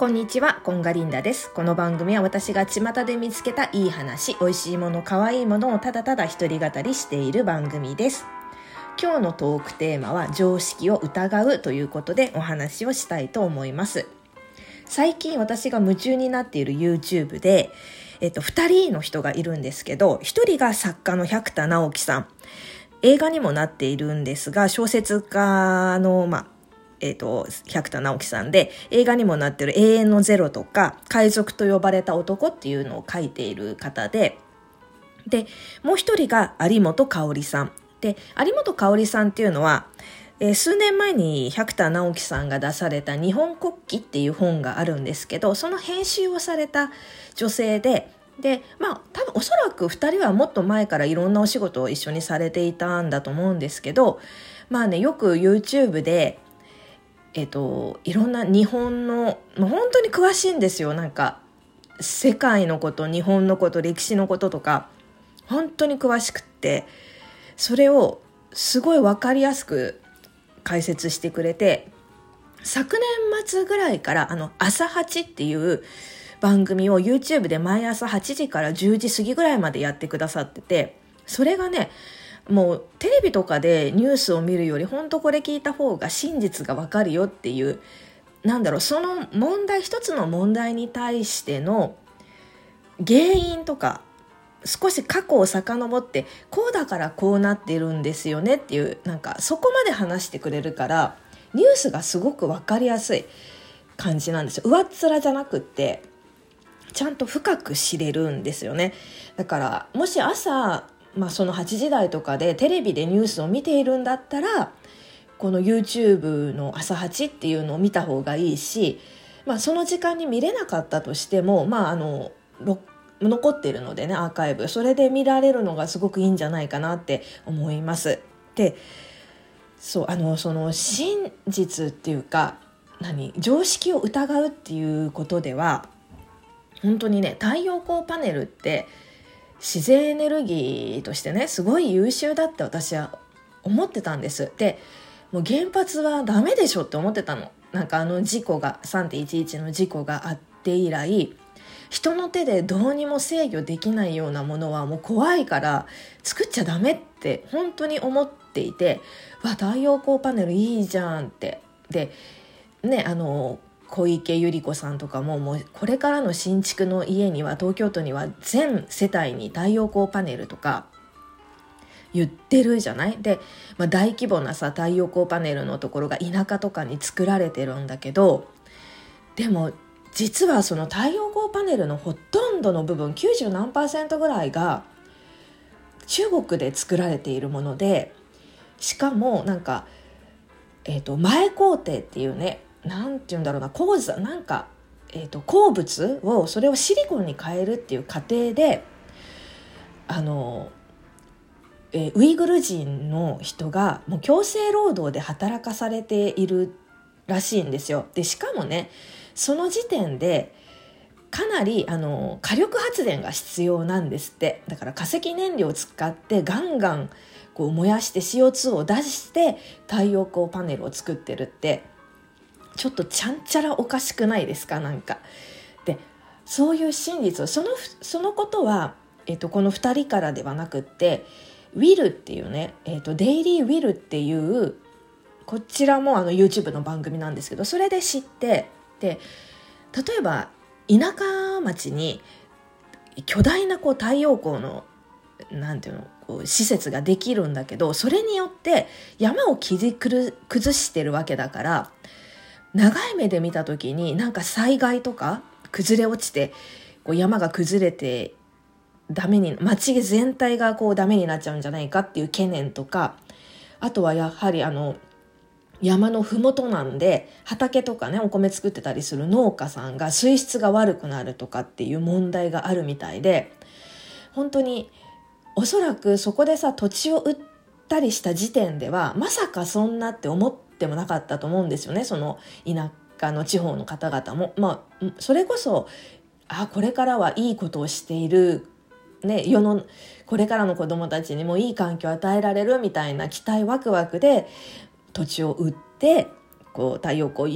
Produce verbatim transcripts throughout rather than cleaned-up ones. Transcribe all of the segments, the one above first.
こんにちは、コンガリンダです。この番組は私が巷で見つけたいい話、美味しいもの、可愛いものをただただ一人語りしている番組です。今日のトークテーマは常識を疑うということでお話をしたいと思います。最近私が夢中になっている YouTube で、えっと、ふたりの人がいるんですけど、ひとりが作家の百田直樹さん。映画にもなっているんですが、小説家の、まあ、えっと、百田直樹さんで、映画にもなっている永遠のゼロとか、海賊と呼ばれた男っていうのを書いている方で、で、もう一人が有本香織さん。で、有本香織さんっていうのは、えー、数年前に百田直樹さんが出された日本国旗っていう本があるんですけど、その編集をされた女性で、で、まあ、多分おそらく二人はもっと前からいろんなお仕事を一緒にされていたんだと思うんですけど、まあね、よく YouTube で、えっと、いろんな日本の、まあ、本当に詳しいんですよ。なんか、世界のこと、日本のこと、歴史のこととか、本当に詳しくって、それをすごい分かりやすく解説してくれて、昨年末ぐらいから、あの、朝八っていう番組を YouTube で毎朝はちじからじゅうじ過ぎぐらいまでやってくださってて、それがね、もうテレビとかでニュースを見るより本当これ聞いた方が真実がわかるよっていう、なんだろう、その問題、一つの問題に対しての原因とか少し過去を遡ってこうだからこうなっているんですよねっていう、なんかそこまで話してくれるからニュースがすごくわかりやすい感じなんですよ。上っ面じゃなくってちゃんと深く知れるんですよね。だからもし朝まあ、そのはちじ台とかでテレビでニュースを見ているんだったらこの YouTube の朝はちっていうのを見た方がいいし、まあ、その時間に見れなかったとしても、まあ、あの残っているのでね、アーカイブ、それで見られるのがすごくいいんじゃないかなって思います。で、そう、あのその真実っていうか何常識を疑うっていうことでは本当にね、太陽光パネルって自然エネルギーとしてね、すごい優秀だって私は思ってたんです。で、もう原発はダメでしょって思ってたの。なんかあの事故が さんてんいちいち の事故があって以来、人の手でどうにも制御できないようなものはもう怖いから作っちゃダメって本当に思っていて、わ、太陽光パネルいいじゃんって。でね、あの小池百合子さんとかも、もうこれからの新築の家には東京都には全世帯に太陽光パネルとか言ってるじゃない。で、まあ、大規模なさ太陽光パネルのところが田舎とかに作られてるんだけど、でも実はその太陽光パネルのほとんどの部分きゅうじゅうなんパーセントぐらいが中国で作られているもので、しかもなんか、えーと、前工程っていうね、なんていうんだろうな、鉱山なんか、えーと、鉱物をそれをシリコンに変えるっていう過程で、あの、えー、ウイグル人の人がもう強制労働で働かされているらしいんですよ。でしかもね、その時点でかなりあの火力発電が必要なんですって。だから化石燃料を使ってガンガンこう燃やして シーオーツー を出して太陽光パネルを作ってるって、ちょっとちゃんちゃらおかしくないですか。なんかで、そういう真実をそのそのことは、えっと、このふたりからではなくって、ウィルっていうね、えっと、デイリーウィルっていうこちらもあの YouTube の番組なんですけど、それで知って、で例えば田舎町に巨大なこう太陽光のなんていうのこう施設ができるんだけど、それによって山を切り崩してるわけだから、長い目で見た時になんか災害とか崩れ落ちてこう山が崩れてダメに、町全体がこうダメになっちゃうんじゃないかっていう懸念とか、あとはやはりあの山のふもとなんで畑とかね、お米作ってたりする農家さんが水質が悪くなるとかっていう問題があるみたいで、本当におそらくそこでさ土地を売ったりした時点ではまさかそんなって思ってもなかったと思うんですよね。その田舎の地方の方々も、まあそれこそあこれからはいいことをしているね、世のこれからの子どもたちにもいい環境を与えられるみたいな期待ワクワクで土地を売ってこう太陽光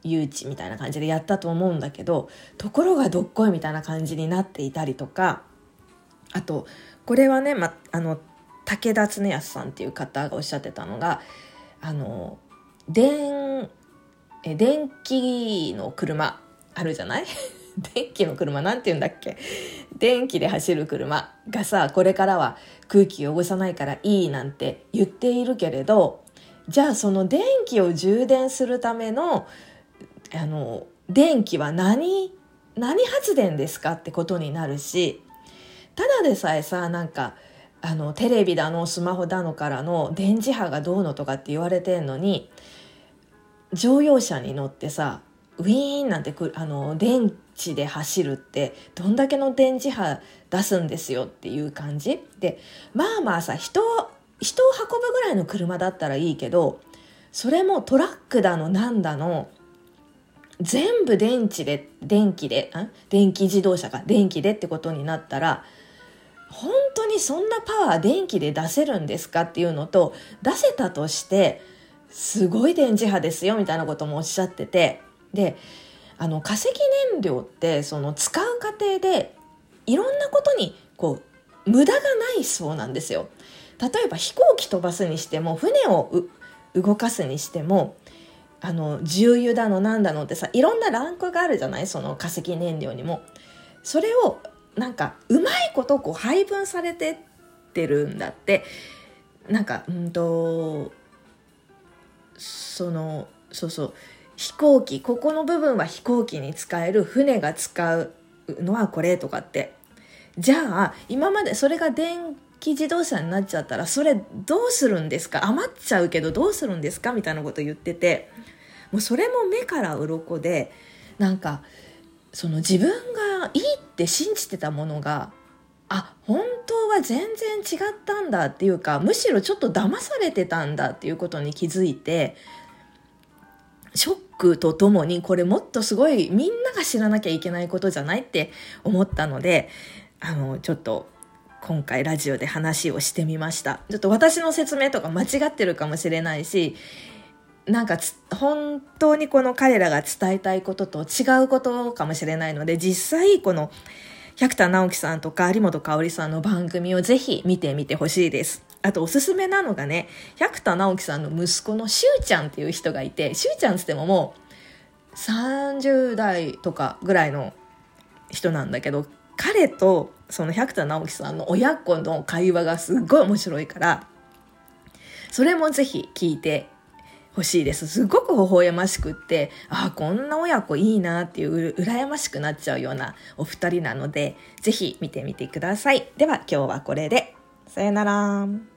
誘致みたいな感じでやったと思うんだけど、ところがどっこいみたいな感じになっていたりとか、あとこれはね、ま、あの武田恒康さんっていう方がおっしゃってたのが、あの電え電気の車あるじゃない電気の車なんて言うんだっけ、電気で走る車がさ、これからは空気を汚さないからいいなんて言っているけれど、じゃあその電気を充電するためのあの電気は何何発電ですかってことになるし、ただでさえさ、なんかあのテレビだのスマホだのからの電磁波がどうのとかって言われてんのに、乗用車に乗ってさウィーンなんてくあの電池で走るってどんだけの電磁波出すんですよっていう感じで、まあまあさ、人人を運ぶぐらいの車だったらいいけど、それもトラックだのなんだの全部電池で電気でん電気自動車が電気でってことになったら、本当にそんなパワー電気で出せるんですかっていうのと、出せたとしてすごい電磁波ですよみたいなこともおっしゃってて、であの化石燃料ってその使う過程でいろんなことにこう無駄がないそうなんですよ。例えば飛行機飛ばすにしても、船を動かすにしても、あの重油だのなんだのってさ、いろんなランクがあるじゃない、その化石燃料にも。それをなんかうまいことこう配分されてってるんだって。なんかうんとそのそうそう飛行機、ここの部分は飛行機に使える、船が使うのはこれとかって。じゃあ今までそれが電気自動車になっちゃったら、それどうするんですか、余っちゃうけどどうするんですかみたいなこと言ってて、もうそれも目から鱗で、なんかその自分がいいって信じてたものが、あ、本当は全然違ったんだっていうか、むしろちょっと騙されてたんだっていうことに気づいて、ショックとともに、これもっとすごいみんなが知らなきゃいけないことじゃないって思ったので、あのちょっと今回ラジオで話をしてみました。ちょっと私の説明とか間違ってるかもしれないし、なんか本当にこの彼らが伝えたいことと違うことかもしれないので、実際この百田直樹さんとか有本香織さんの番組をぜひ見てみてほしいです。あとおすすめなのがね、百田直樹さんの息子のしゅうちゃんっていう人がいて、しゅうちゃんつってももうさんじゅう代とかぐらいの人なんだけど、彼とその百田直樹さんの親子の会話がすっごい面白いから、それもぜひ聞いてほしいです。すごく微笑ましくって、あ、こんな親子いいなっていうう羨ましくなっちゃうようなお二人なので、ぜひ見てみてください。では今日はこれで、さよなら。